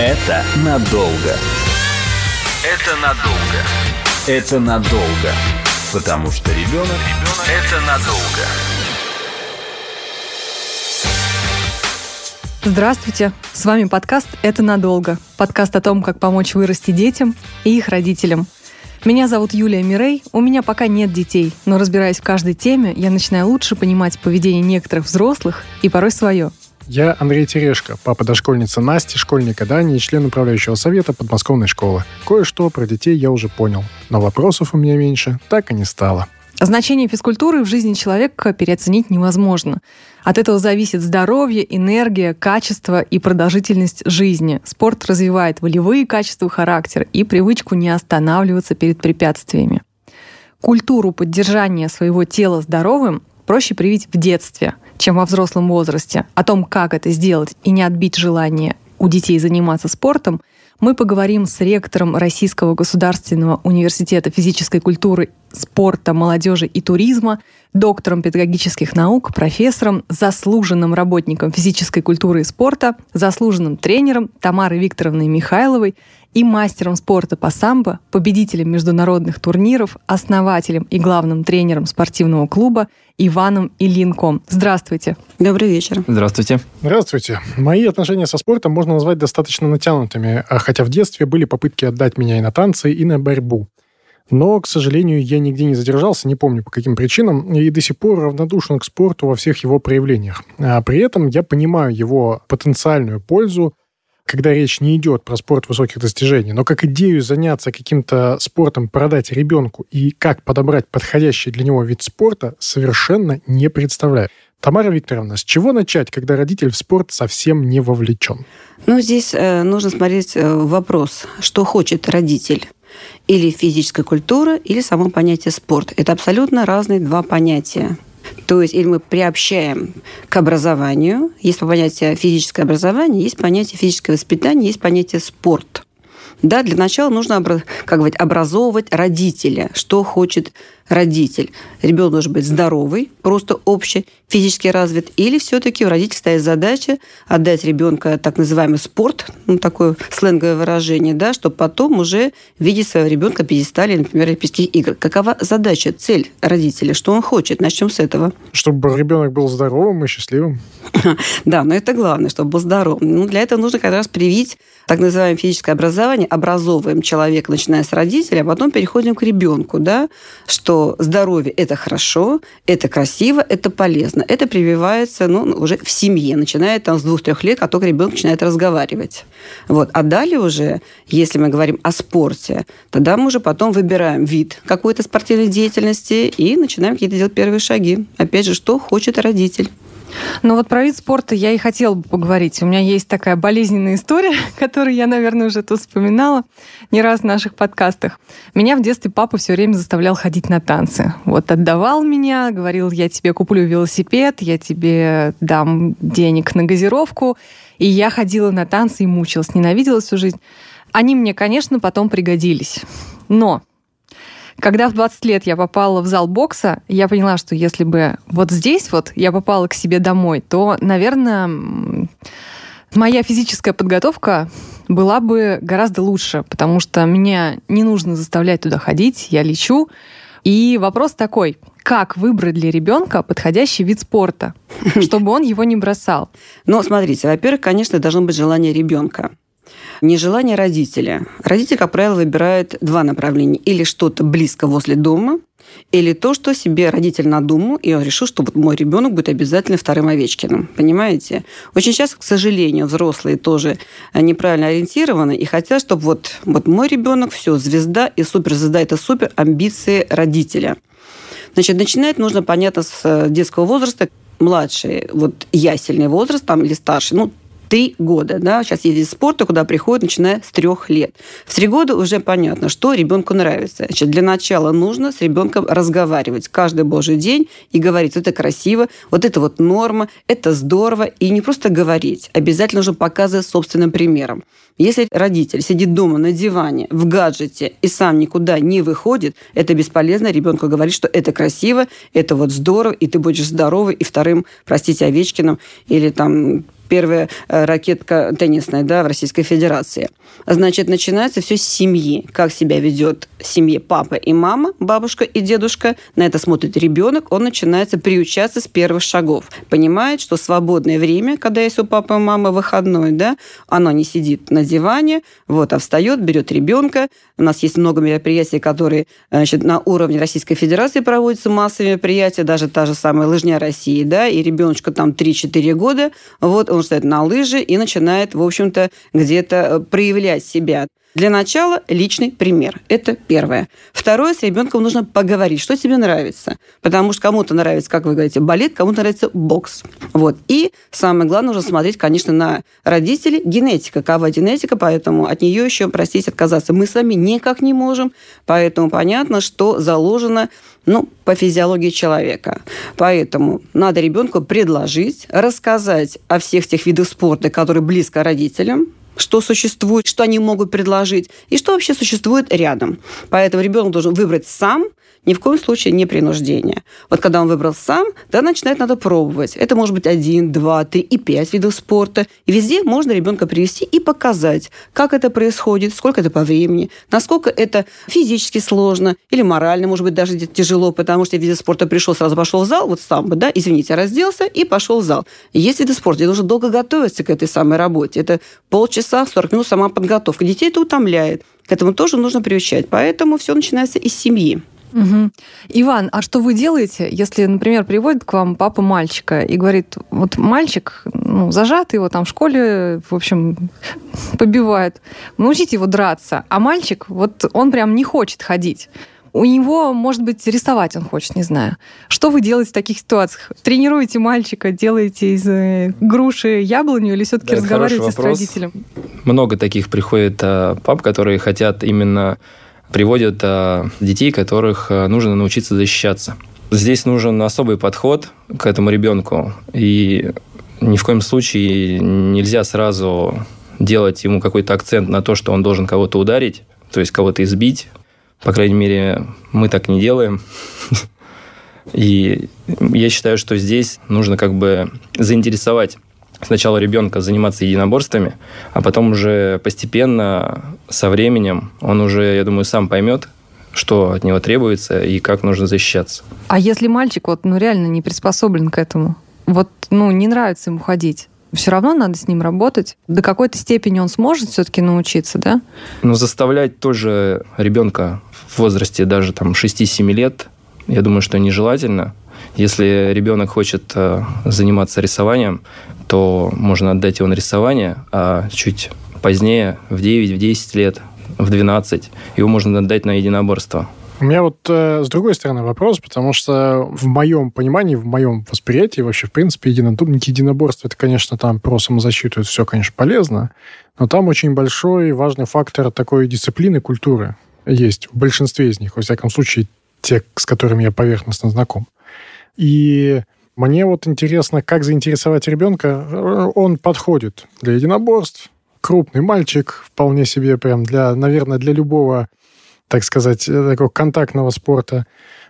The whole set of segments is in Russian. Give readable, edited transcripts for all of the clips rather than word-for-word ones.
Это надолго. Это надолго. Это надолго. Потому что ребенок – это надолго. Здравствуйте! С вами подкаст «Это надолго». Подкаст о том, как помочь вырасти детям и их родителям. Меня зовут Юлия Мирей, у меня пока нет детей, но разбираясь в каждой теме, я начинаю лучше понимать поведение некоторых взрослых и порой свое. Я Андрей Терешко, папа дошкольницы Насти, школьника Дани и член управляющего совета подмосковной школы. Кое-что про детей я уже понял, но вопросов у меня меньше так и не стало. Значение физкультуры в жизни человека переоценить невозможно. От этого зависит здоровье, энергия, качество и продолжительность жизни. Спорт развивает волевые качества характера и привычку не останавливаться перед препятствиями. Культуру поддержания своего тела здоровым проще привить в детстве, чем во взрослом возрасте. О том, как это сделать и не отбить желание у детей заниматься спортом, мы поговорим с ректором Российского государственного университета физической культуры, спорта, молодежи и туризма, доктором педагогических наук, профессором, заслуженным работником физической культуры и спорта, заслуженным тренером Тамарой Викторовной Михайловой и мастером спорта по самбо, победителем международных турниров, основателем и главным тренером спортивного клуба Иваном Ильинком. Здравствуйте. Добрый вечер. Здравствуйте. Здравствуйте. Мои отношения со спортом можно назвать достаточно натянутыми, хотя в детстве были попытки отдать меня и на танцы, и на борьбу. Но, к сожалению, я нигде не задержался, не помню по каким причинам, и до сих пор равнодушен к спорту во всех его проявлениях. А при этом я понимаю его потенциальную пользу, когда речь не идет про спорт высоких достижений, но как идею заняться каким-то спортом, продать ребенку и как подобрать подходящий для него вид спорта, совершенно не представляю. Тамара Викторовна, с чего начать, когда родитель в спорт совсем не вовлечен? Здесь нужно смотреть вопрос, что хочет родитель. Или физическая культура, или само понятие спорт. Это абсолютно разные два понятия. То есть, или мы приобщаем к образованию. Есть понятие физическое образование, есть понятие физическое воспитание, есть понятие спорт. Да, для начала нужно образовывать родителя. Что хочет родитель? Ребенок должен быть здоровый, просто общий, физически развит, или все-таки у родителей стоит задача отдать ребенка так называемый спорт, такое сленговое выражение, да, чтобы потом уже видеть своего ребенка на пьедестале, например, Олимпийских игр. Какова задача, цель родителя? Что он хочет? Начнем с этого. Чтобы ребенок был здоровым и счастливым. Да, но это главное, чтобы был здоровым. Для этого нужно как раз привить так называемое физическое образование, образовываем человека, начиная с родителя, а потом переходим к ребенку, да, что здоровье – это хорошо, это красиво, это полезно. Это прививается уже в семье, начиная с 2-3 лет, как только ребенок начинает разговаривать. А далее уже, если мы говорим о спорте, тогда мы уже потом выбираем вид какой-то спортивной деятельности и начинаем какие-то делать первые шаги. Опять же, что хочет родитель. Про вид спорта я и хотела бы поговорить. У меня есть такая болезненная история, которую я, наверное, уже тут вспоминала не раз в наших подкастах. Меня в детстве папа все время заставлял ходить на танцы. Отдавал меня, говорил, я тебе куплю велосипед, я тебе дам денег на газировку. И я ходила на танцы и мучилась, ненавидела всю жизнь. Они мне, конечно, потом пригодились. Но когда в 20 лет я попала в зал бокса, я поняла, что если бы здесь я попала к себе домой, то, наверное, моя физическая подготовка была бы гораздо лучше, потому что меня не нужно заставлять туда ходить, я лечу. И вопрос такой, как выбрать для ребенка подходящий вид спорта, чтобы он его не бросал? Смотрите, во-первых, конечно, должно быть желание ребенка. Нежелание родителя. Родитель, как правило, выбирает два направления. Или что-то близко возле дома, или то, что себе родитель надумал, и он решил, что мой ребенок будет обязательно вторым Овечкиным. Понимаете? Очень часто, к сожалению, взрослые тоже неправильно ориентированы и хотят, чтобы мой ребенок, все, звезда и суперзвезда – это супер амбиции родителя. Начинать нужно, понятно, с детского возраста. Младший, ясельный возраст или старший, 3 года. Да? Сейчас есть вид спорта, куда приходят, начиная с 3 лет. В 3 года уже понятно, что ребенку нравится. Для начала нужно с ребенком разговаривать каждый божий день и говорить, это красиво, это норма, это здорово. И не просто говорить, обязательно нужно показывать собственным примером. Если родитель сидит дома на диване, в гаджете и сам никуда не выходит, это бесполезно. Ребенку говорить, что это красиво, это здорово, и ты будешь здоровый и вторым, Овечкиным или первая ракетка теннисная, да, в Российской Федерации. Значит, начинается все с семьи. Как себя ведет в семье папа и мама, бабушка и дедушка. На это смотрит ребенок. Он начинается приучаться с первых шагов. Понимает, что свободное время, когда есть у папы и мамы выходной, да, оно не сидит на диване, а встает, берет ребенка. У нас есть много мероприятий, которые, значит, на уровне Российской Федерации проводятся, массовые мероприятия, даже та же самая лыжня России, да, и ребеночку там 3-4 года, он стоит на лыжи и начинает, в общем-то, где-то проявлять себя. Для начала личный пример. Это первое. Второе, с ребенком нужно поговорить, что тебе нравится. Потому что кому-то нравится, как вы говорите, балет, кому-то нравится бокс. И самое главное, нужно смотреть, конечно, на родителей. Генетика, какова генетика, поэтому от нее еще, простите, отказаться мы с вами никак не можем. Поэтому понятно, что заложено по физиологии человека. Поэтому надо ребенку предложить, рассказать о всех тех видах спорта, которые близко родителям, что существует, что они могут предложить, и что вообще существует рядом. Поэтому ребенок должен выбрать сам, ни в коем случае не принуждение. Когда он выбрал сам, тогда начинать надо пробовать. Это может быть 1, 2, 3 и 5 видов спорта. И везде можно ребенка привести и показать, как это происходит, сколько это по времени, насколько это физически сложно или морально, может быть, даже тяжело, потому что виды спорта пришел, сразу пошел в зал, самбо, да, извините, разделся и пошел в зал. И есть виды спорта, где нужно долго готовиться к этой самой работе. Это полчаса, 40 минут сама подготовка. Детей это утомляет. К этому тоже нужно приучать. Поэтому все начинается из семьи. Угу. Иван, а что вы делаете, если, например, приводит к вам папа мальчика и говорит, мальчик, зажат, его там в школе, в общем, побивают, научите его драться, а мальчик, он прям не хочет ходить. У него, может быть, рисовать он хочет, не знаю. Что вы делаете в таких ситуациях? Тренируете мальчика, делаете из груши яблоню или все-таки разговариваете с родителем? Много таких приходит пап, которые хотят именно... приводят детей, которых нужно научиться защищаться. Здесь нужен особый подход к этому ребенку. И ни в коем случае нельзя сразу делать ему какой-то акцент на то, что он должен кого-то ударить, то есть кого-то избить. По крайней мере, мы так не делаем. И я считаю, что здесь нужно заинтересовать сначала ребенка заниматься единоборствами, а потом уже постепенно, со временем, он уже, я думаю, сам поймет, что от него требуется и как нужно защищаться. А если мальчик реально не приспособлен к этому, не нравится ему ходить, все равно надо с ним работать? До какой-то степени он сможет все-таки научиться, да? Заставлять тоже ребенка в возрасте даже 6-7 лет, я думаю, что нежелательно. Если ребенок хочет заниматься рисованием, то можно отдать его на рисование, а чуть позднее, в 9, в 10 лет, в 12, его можно отдать на единоборство. У меня с другой стороны вопрос, потому что в моем понимании, в моем восприятии вообще, в принципе, единоборство, это, конечно, там про самозащиту, это все, конечно, полезно, но там очень большой важный фактор такой дисциплины, культуры есть в большинстве из них, во всяком случае, те, с которыми я поверхностно знаком. И мне интересно, как заинтересовать ребенка. Он подходит для единоборств. Крупный мальчик, вполне себе прям наверное, для любого, так сказать, такого контактного спорта.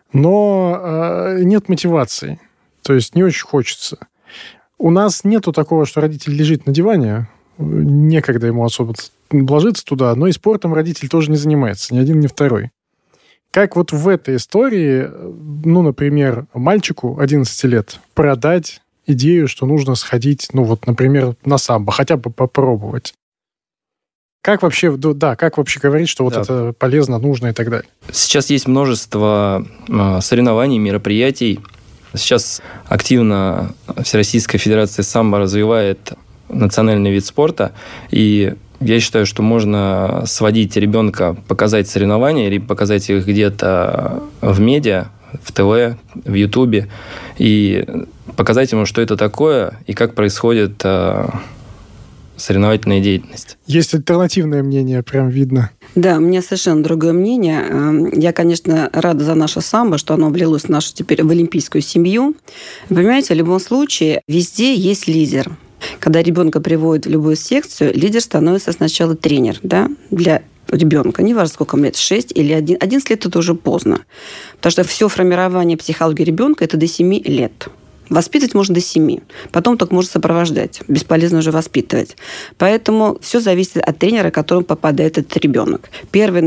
Но нет мотивации. То есть не очень хочется. У нас нету такого, что родитель лежит на диване, некогда ему особо ложиться туда, но и спортом родитель тоже не занимается, ни один, ни второй. Как в этой истории, например, мальчику 11 лет продать идею, что нужно сходить, например, на самбо, хотя бы попробовать? Как вообще говорить, что это полезно, нужно и так далее? Сейчас есть множество соревнований, мероприятий. Сейчас активно Всероссийская Федерация самбо развивает национальный вид спорта, и я считаю, что можно сводить ребенка, показать соревнования или показать их где-то в медиа, в ТВ, в Ютубе, и показать ему, что это такое и как происходит соревновательная деятельность. Есть альтернативное мнение, прям видно. Да, у меня совершенно другое мнение. Я, конечно, рада за наше самбо, что оно влилось в нашу теперь в олимпийскую семью. Понимаете, в любом случае везде есть лидер. Когда ребенка приводят в любую секцию, лидер становится сначала тренер, да, для ребенка. Не важно, сколько ему лет, 6 или 11 лет, это уже поздно. Потому что все формирование психологии ребенка – это до 7 лет. Воспитывать можно до 7. Потом только можно сопровождать. Бесполезно уже воспитывать. Поэтому все зависит от тренера, к которому попадает этот ребенок. Первое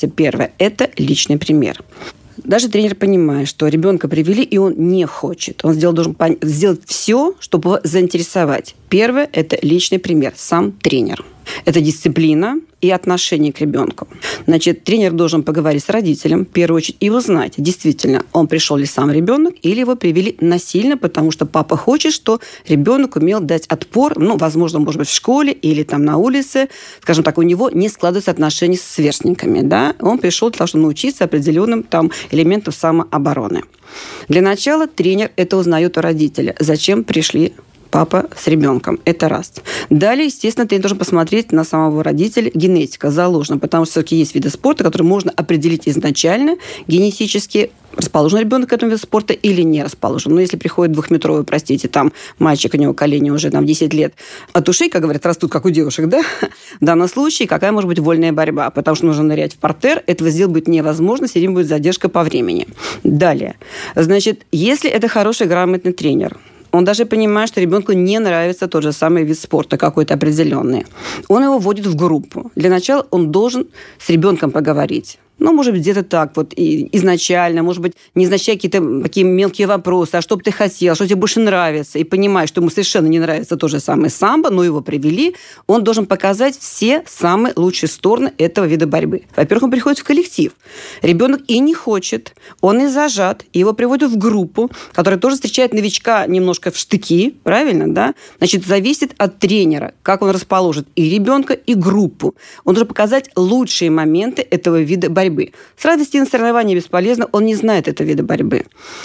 – это личный пример. Даже тренер понимает, что ребенка привели, и он не хочет. Он должен сделать все, чтобы его заинтересовать. Первое – это личный пример, сам тренер. Это дисциплина и отношение к ребенку. Значит, тренер должен поговорить с родителем, в первую очередь, и узнать, действительно, он пришел ли сам ребенок, или его привели насильно, потому что папа хочет, что ребенок умел дать отпор, возможно, может быть, в школе или там на улице, скажем так, у него не складываются отношения с сверстниками, да? Он пришел для того, чтобы научиться определенным там элементам самообороны. Для начала тренер это узнает у родителя. Зачем пришли папа с ребенком. Это раз. Далее, естественно, ты должен посмотреть на самого родителя. Генетика заложена, потому что все-таки есть виды спорта, которые можно определить изначально генетически, расположен ребенок к этому виду спорта или не расположен. Но если приходит 2-метровый, там мальчик, у него колени уже 10 лет от ушей, как говорят, растут, как у девушек, да? В данном случае какая может быть вольная борьба? Потому что нужно нырять в партер, этого сделать будет невозможно, все время будет задержка по времени. Далее. Значит, если это хороший, грамотный тренер, он даже понимает, что ребенку не нравится тот же самый вид спорта, какой-то определенный. Он его вводит в группу. Для начала он должен с ребенком поговорить. Может быть, где-то так вот изначально, может быть, не изначально какие-то такие мелкие вопросы, а что бы ты хотел, что тебе больше нравится, и понимая, что ему совершенно не нравится то же самое самбо, но его привели, он должен показать все самые лучшие стороны этого вида борьбы. Во-первых, он приходит в коллектив. Ребенок и не хочет, он и зажат, его приводят в группу, которая тоже встречает новичка немножко в штыки, правильно, да? Значит, зависит от тренера, как он расположит и ребенка, и группу. Он должен показать лучшие моменты этого вида борьбы. Сразу вести на соревнования бесполезно, он не знает этого вида борьбы.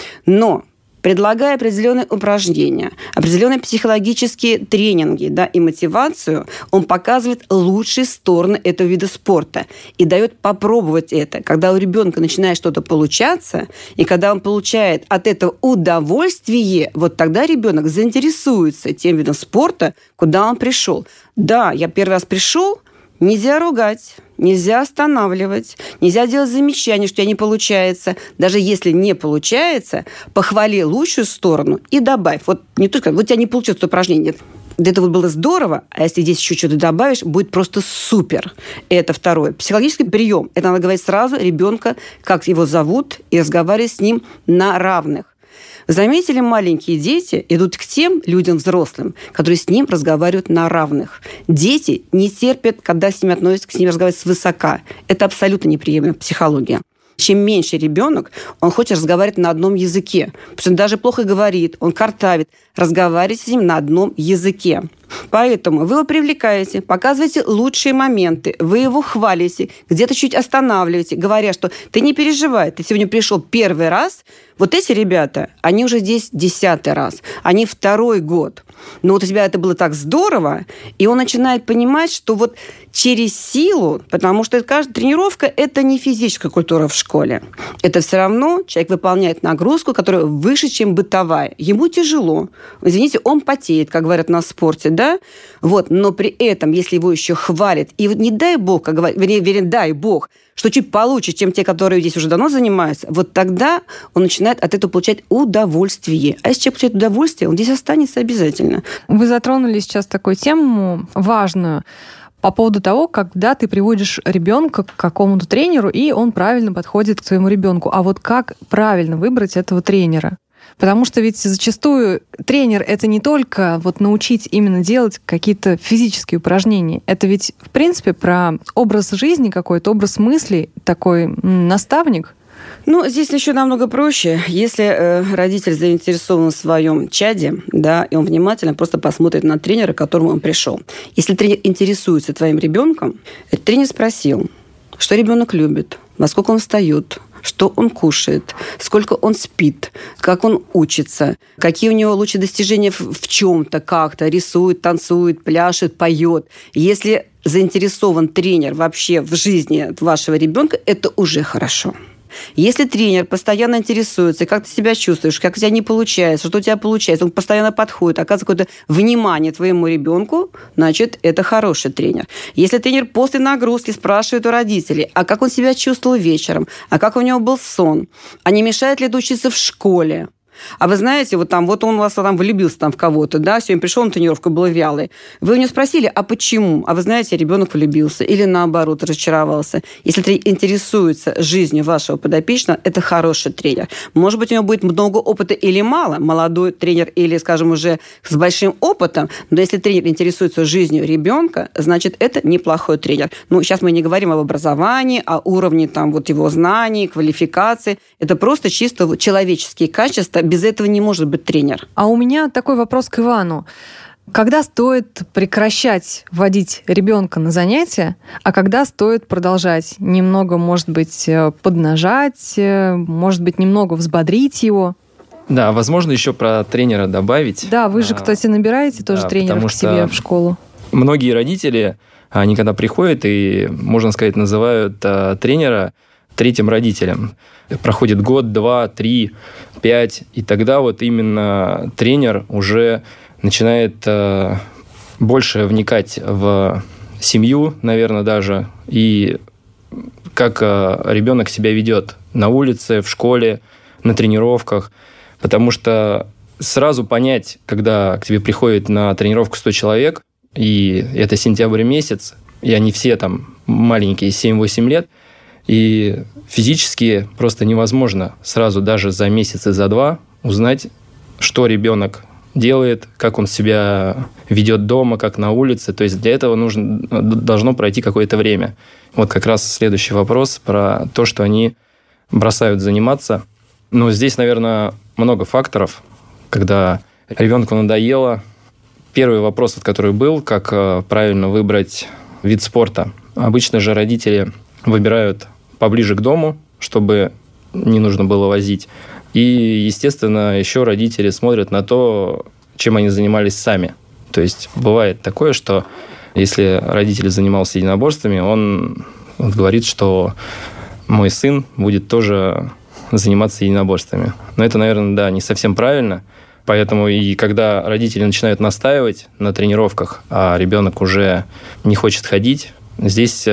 Но предлагая определенные упражнения, определенные психологические тренинги, да, и мотивацию, он показывает лучшие стороны этого вида спорта и дает попробовать это. Когда у ребенка начинает что-то получаться, и когда он получает от этого удовольствие, вот тогда ребенок заинтересуется тем видом спорта, куда он пришел. Да, я первый раз пришел, нельзя ругать, нельзя останавливать, нельзя делать замечания, что у тебя не получается. Даже если не получается, похвали лучшую сторону и добавь. Вот не только, вот у тебя не получилось это упражнение. Это вот было здорово, а если здесь еще что-то добавишь, будет просто супер. Это второе. Психологический прием. Это надо говорить сразу ребенка, как его зовут, и разговаривать с ним на равных. Заметили, маленькие дети идут к тем людям взрослым, которые с ним разговаривают на равных. Дети не терпят, когда с ними относятся, с ними разговаривать свысока. Это абсолютно неприемлемая психология. Чем меньше ребенок, он хочет разговаривать на одном языке. Потому что он даже плохо говорит, он картавит. Разговаривать с ним на одном языке. Поэтому вы его привлекаете, показываете лучшие моменты, вы его хвалите, где-то чуть останавливаете, говоря, что ты не переживай, ты сегодня пришел первый раз. Вот эти ребята, они уже здесь 10-й раз, они 2-й год. Но вот у тебя это было так здорово, и он начинает понимать, что вот через силу, потому что каждая тренировка – это не физическая культура в школе. Это все равно человек выполняет нагрузку, которая выше, чем бытовая. Ему тяжело. Извините, он потеет, как говорят на спорте, да? Вот. Но при этом, если его еще хвалят, и вот не дай бог, как говорят, вернее, дай бог, что чуть получше, чем те, которые здесь уже давно занимаются, вот тогда он начинает от этого получать удовольствие. А если человек получает удовольствие, он здесь останется обязательно. Вы затронули сейчас такую тему важную по поводу того, когда ты приводишь ребенка к какому-то тренеру, и он правильно подходит к своему ребенку. А вот как правильно выбрать этого тренера? Потому что ведь зачастую тренер — это не только вот научить именно делать какие-то физические упражнения. Это ведь, в принципе, про образ жизни какой-то, образ мыслей, такой наставник. Здесь еще намного проще. Если родитель заинтересован в своем чаде, да, и он внимательно просто посмотрит на тренера, к которому он пришел. Если тренер интересуется твоим ребенком, тренер спросил, что ребенок любит, во сколько он встает, что он кушает, сколько он спит, как он учится, какие у него лучшие достижения в чем-то, как-то, рисует, танцует, пляшет, поет. Если заинтересован тренер вообще в жизни вашего ребенка, это уже хорошо. Если тренер постоянно интересуется, как ты себя чувствуешь, как у тебя не получается, что у тебя получается, он постоянно подходит, оказывает какое-то внимание твоему ребенку, значит, это хороший тренер. Если тренер после нагрузки спрашивает у родителей, а как он себя чувствовал вечером, а как у него был сон, а не мешает ли это учиться в школе, А вы знаете, вот он у вас там влюбился в кого-то, да, сегодня пришел на тренировку, был вялый. Вы у него спросили, а почему? А вы знаете, ребенок влюбился или наоборот разочаровался. Если тренер интересуется жизнью вашего подопечного, это хороший тренер. Может быть, у него будет много опыта или мало, молодой тренер или, скажем, уже с большим опытом, но если тренер интересуется жизнью ребенка, значит, это неплохой тренер. Сейчас мы не говорим об образовании, о уровне его знаний, квалификации. Это просто чисто человеческие качества. Без этого не может быть тренер. А у меня такой вопрос к Ивану. Когда стоит прекращать водить ребенка на занятия, а когда стоит продолжать? Немного, может быть, поднажать, может быть, немного взбодрить его? Да, возможно, еще про тренера добавить. Да, вы же, кстати, набираете тоже тренеров к себе в школу. Многие родители, они когда приходят и, можно сказать, называют тренера третьим родителем. Проходит год, 2, 3, 5, и тогда вот именно тренер уже начинает больше вникать в семью, наверное, даже, и как ребенок себя ведет на улице, в школе, на тренировках. Потому что сразу понять, когда к тебе приходит на тренировку 100 человек, и это сентябрь месяц, и они все там маленькие, 7-8 лет, и физически просто невозможно сразу даже за месяц и за 2 узнать, что ребенок делает, как он себя ведет дома, как на улице. То есть для этого должно пройти какое-то время. Вот как раз следующий вопрос про то, что они бросают заниматься. Но здесь, наверное, много факторов, когда ребенку надоело. Первый вопрос, который был, как правильно выбрать вид спорта. Обычно же родители выбирают поближе к дому, чтобы не нужно было возить. И, естественно, еще родители смотрят на то, чем они занимались сами. То есть бывает такое, что если родитель занимался единоборствами, он говорит, что мой сын будет тоже заниматься единоборствами. Но это, наверное, да, не совсем правильно. Поэтому и когда родители начинают настаивать на тренировках, а ребенок уже не хочет ходить, здесь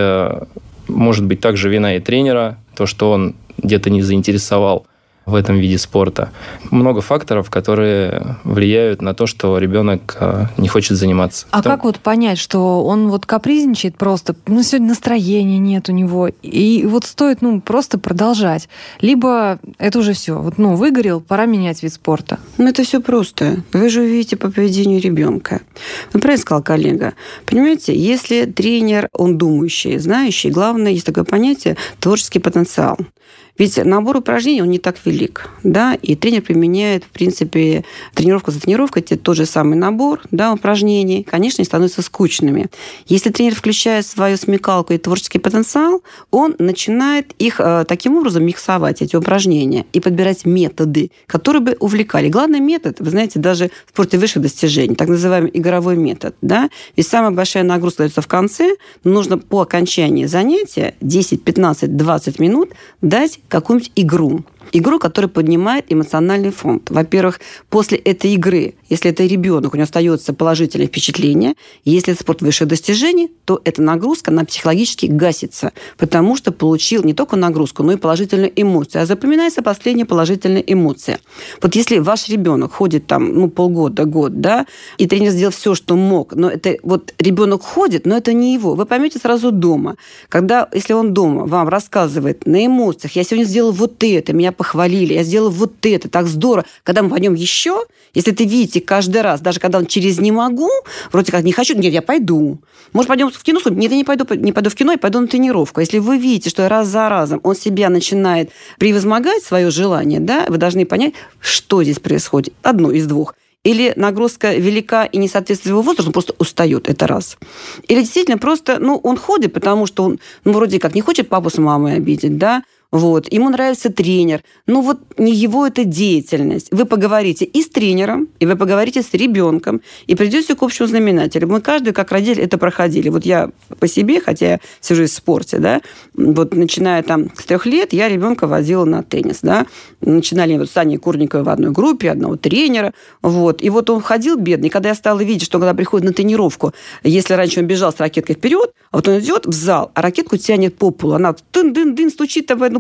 может быть также вина и тренера, то, что он где-то не заинтересовал в этом виде спорта. Много факторов, которые влияют на то, что ребенок не хочет заниматься. А как вот понять, что он вот капризничает просто, сегодня настроения нет у него, и вот стоит просто продолжать? Либо это уже все, выгорел, пора менять вид спорта? Это все просто. Вы же увидите по поведению ребенка. Правильно сказал коллега. Понимаете, если тренер, он думающий, знающий, главное, есть такое понятие творческий потенциал. Ведь набор упражнений, он не так велик, да, и тренер применяет, в принципе, тренировку за тренировкой, это тот же самый набор, да, упражнений, конечно, они становятся скучными. Если тренер включает свою смекалку и творческий потенциал, он начинает их таким образом миксовать, эти упражнения, и подбирать методы, которые бы увлекали. Главный метод, вы знаете, даже в спорте высших достижений, так называемый игровой метод, да, ведь самая большая нагрузка дается в конце, нужно по окончании занятия 10, 15, 20 минут дать какую-нибудь игру, которая поднимает эмоциональный фон. Во-первых, после этой игры, если это ребенок, у него остается положительное впечатление, если это спорт высших достижений, то эта нагрузка, она психологически гасится, потому что получил не только нагрузку, но и положительную эмоцию. А запоминается последняя положительная эмоция. Вот если ваш ребенок ходит полгода, год, да, и тренер сделал все, что мог, но это вот ребенок ходит, но это не его. Вы поймете сразу дома. Если он дома вам рассказывает на эмоциях, я сегодня сделал вот это, меня похвалили, я сделала вот это, так здорово. Когда мы пойдем еще, если ты видите каждый раз, даже когда он через «не могу», вроде как «не хочу», нет, я пойду. Может, пойдем в кино? Нет, я не пойду в кино, я пойду на тренировку. Если вы видите, что раз за разом он себя начинает превозмогать свое желание, да, вы должны понять, что здесь происходит. Одно из двух. Или нагрузка велика и не соответствует его возрасту, он просто устает, это раз. Или действительно просто, он ходит, потому что он, вроде как не хочет папу с мамой обидеть, да, вот, ему нравится тренер. Не его это деятельность. Вы поговорите и с тренером, и вы поговорите с ребенком, и придете к общему знаменателю. Мы каждый, как родители, это проходили. Вот я по себе, хотя я всю жизнь в спорте, да, начиная с 3 лет, я ребенка водила на теннис, да. Начинали с Саней Курниковой в одной группе, одного тренера, и он ходил бедный, когда я стала видеть, что когда приходит на тренировку, если раньше он бежал с ракеткой вперед, а он идет в зал, а ракетку тянет по полу, она дын-дын-дын стучит в одну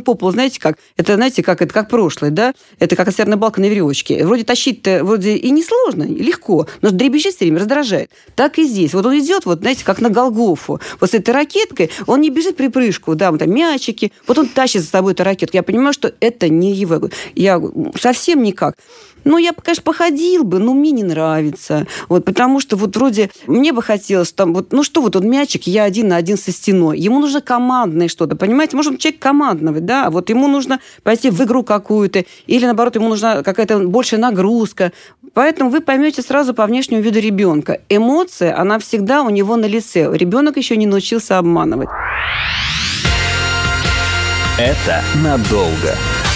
по полу, знаете, как? Это как прошлое, да? Это как атмосферная балка на веревочке. Вроде тащить-то вроде и несложно, и легко, но дребезжит все время, раздражает. Так и здесь. Вот он идет, вот, знаете, как на Голгофу. Вот с этой ракеткой он не бежит при прыжку, да, вот там мячики, вот он тащит за собой эту ракетку. Я понимаю, что это не его. Я совсем никак. Ну, я, конечно, походил бы, но мне не нравится. Вот, потому что вот вроде мне бы хотелось, там, вот, ну что вот он мячик, я 1 на 1 со стеной. Ему нужно командное что-то, понимаете? Может, он человек командный, да, вот ему нужно пойти в игру какую-то, или, наоборот, ему нужна какая-то большая нагрузка. Поэтому вы поймете сразу по внешнему виду ребенка. Эмоция, она всегда у него на лице. Ребенок еще не научился обманывать. Это надолго.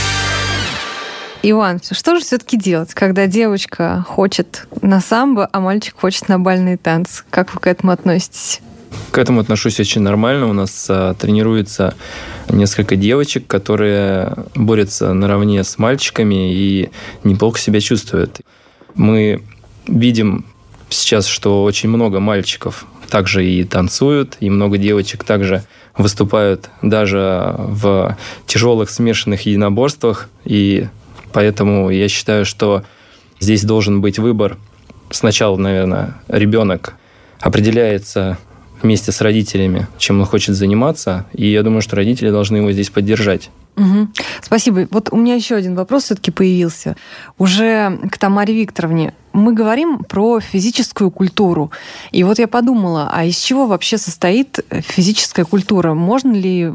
Иван, что же все-таки делать, когда девочка хочет на самбо, а мальчик хочет на бальные танцы? Как вы к этому относитесь? К этому отношусь очень нормально. У нас тренируется несколько девочек, которые борются наравне с мальчиками и неплохо себя чувствуют. Мы видим сейчас, что очень много мальчиков также и танцуют, и много девочек также выступают даже в тяжелых смешанных единоборствах. И поэтому я считаю, что здесь должен быть выбор. Сначала, наверное, ребенок определяется вместе с родителями, чем он хочет заниматься, и я думаю, что родители должны его здесь поддержать. Угу. Спасибо. Вот у меня еще один вопрос все-таки появился. Уже к Тамаре Викторовне. Мы говорим про физическую культуру. И вот я подумала, а из чего вообще состоит физическая культура? Можно ли,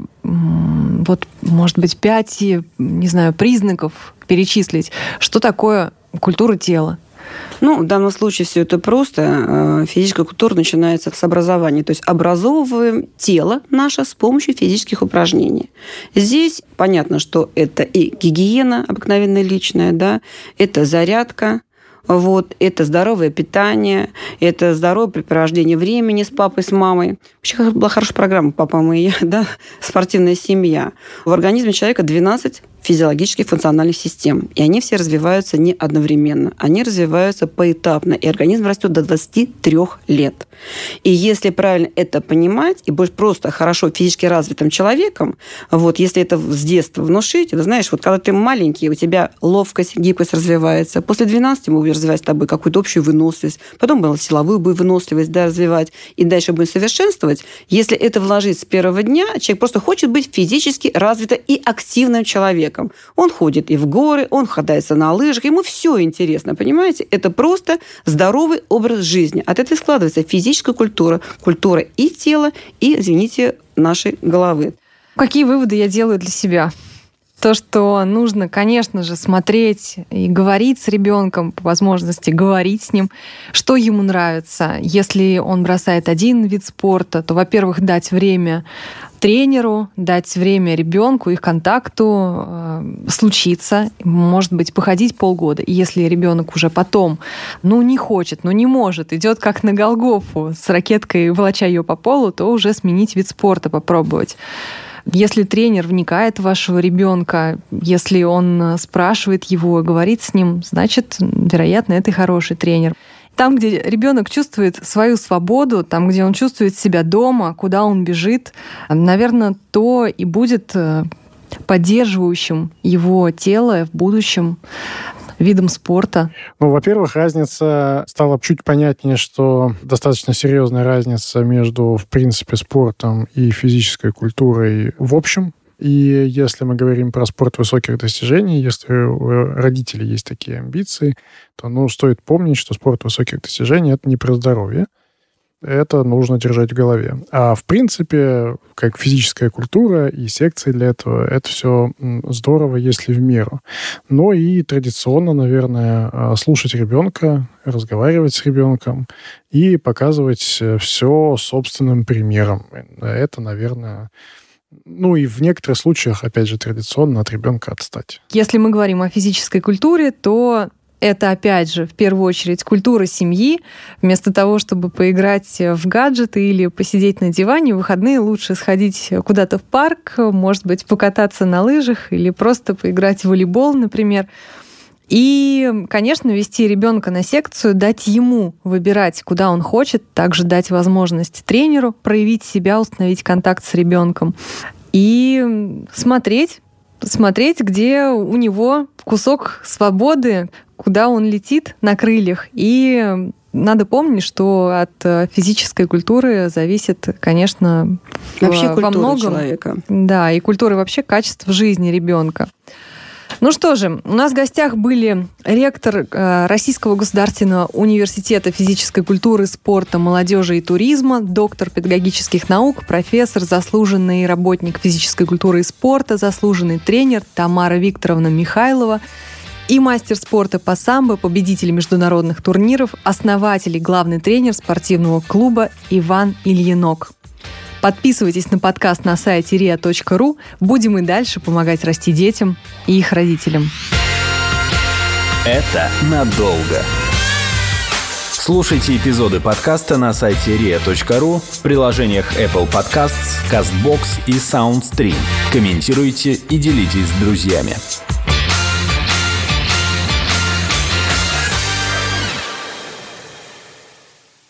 вот, может быть, 5, не знаю, признаков перечислить? Что такое культура тела? Ну, в данном случае все это просто. Физическая культура начинается с образования. То есть образовываем тело наше с помощью физических упражнений. Здесь понятно, что это и гигиена обыкновенная личная, да, это зарядка, вот, это здоровое питание, это здоровое препровождение времени с папой, с мамой. Вообще была хорошая программа «Папа, мама и я», да, спортивная семья. В организме человека 12 физиологических функциональных систем. И они все развиваются не одновременно. Они развиваются поэтапно. И организм растет до 23 лет. И если правильно это понимать, и быть просто хорошо физически развитым человеком, вот, если это с детства внушить, вы знаешь, вот когда ты маленький, у тебя ловкость, гибкость развивается. После 12 мы будем развивать с тобой какую-то общую выносливость. Потом было силовую выносливость, да, развивать. И дальше будем совершенствовать. Если это вложить с первого дня, человек просто хочет быть физически развитым и активным человеком. Он ходит и в горы, он катается на лыжах, ему все интересно, понимаете? Это просто здоровый образ жизни. От этого складывается физическая культура, культура и тела, и, извините, нашей головы. Какие выводы я делаю для себя? То, что нужно, конечно же, смотреть и говорить с ребенком, по возможности говорить с ним, что ему нравится. Если он бросает один вид спорта, то, во-первых, дать время тренеру, дать время ребенку, их контакту случиться, может быть, походить полгода. И если ребенок уже потом, не хочет, не может, идет как на Голгофу с ракеткой, волоча ее по полу, то уже сменить вид спорта, попробовать. Если тренер вникает в вашего ребенка, если он спрашивает его, говорит с ним, значит, вероятно, это и хороший тренер. Там, где ребенок чувствует свою свободу, там, где он чувствует себя дома, куда он бежит, наверное, то и будет поддерживающим его тело в будущем видом спорта? Во-первых, разница стала чуть понятнее, что достаточно серьезная разница между, в принципе, спортом и физической культурой в общем. И если мы говорим про спорт высоких достижений, если у родителей есть такие амбиции, то стоит помнить, что спорт высоких достижений – это не про здоровье. Это нужно держать в голове. А в принципе, как физическая культура и секции для этого, это все здорово, если в меру. Но и традиционно, наверное, слушать ребенка, разговаривать с ребенком и показывать все собственным примером. Это, наверное, и в некоторых случаях, опять же, традиционно от ребенка отстать. Если мы говорим о физической культуре, то это, опять же, в первую очередь культура семьи. Вместо того, чтобы поиграть в гаджеты или посидеть на диване, в выходные лучше сходить куда-то в парк, может быть, покататься на лыжах или просто поиграть в волейбол, например. И, конечно, вести ребенка на секцию, дать ему выбирать, куда он хочет, также дать возможность тренеру проявить себя, установить контакт с ребенком и смотреть, смотреть, где у него кусок свободы, куда он летит на крыльях. И надо помнить, что от физической культуры зависит, конечно, вообще во культура многом человека. Да, и культура вообще качество жизни ребенка. Ну что же, у нас в гостях были ректор Российского государственного университета физической культуры, спорта, молодежи и туризма, доктор педагогических наук, профессор, заслуженный работник физической культуры и спорта, заслуженный тренер Тамара Викторовна Михайлова и мастер спорта по самбо, победитель международных турниров, основатель и главный тренер спортивного клуба Иван Ильинок. Подписывайтесь на подкаст на сайте ria.ru. Будем и дальше помогать расти детям и их родителям. Это надолго. Слушайте эпизоды подкаста на сайте ria.ru, в приложениях Apple Podcasts, CastBox и SoundStream. Комментируйте и делитесь с друзьями.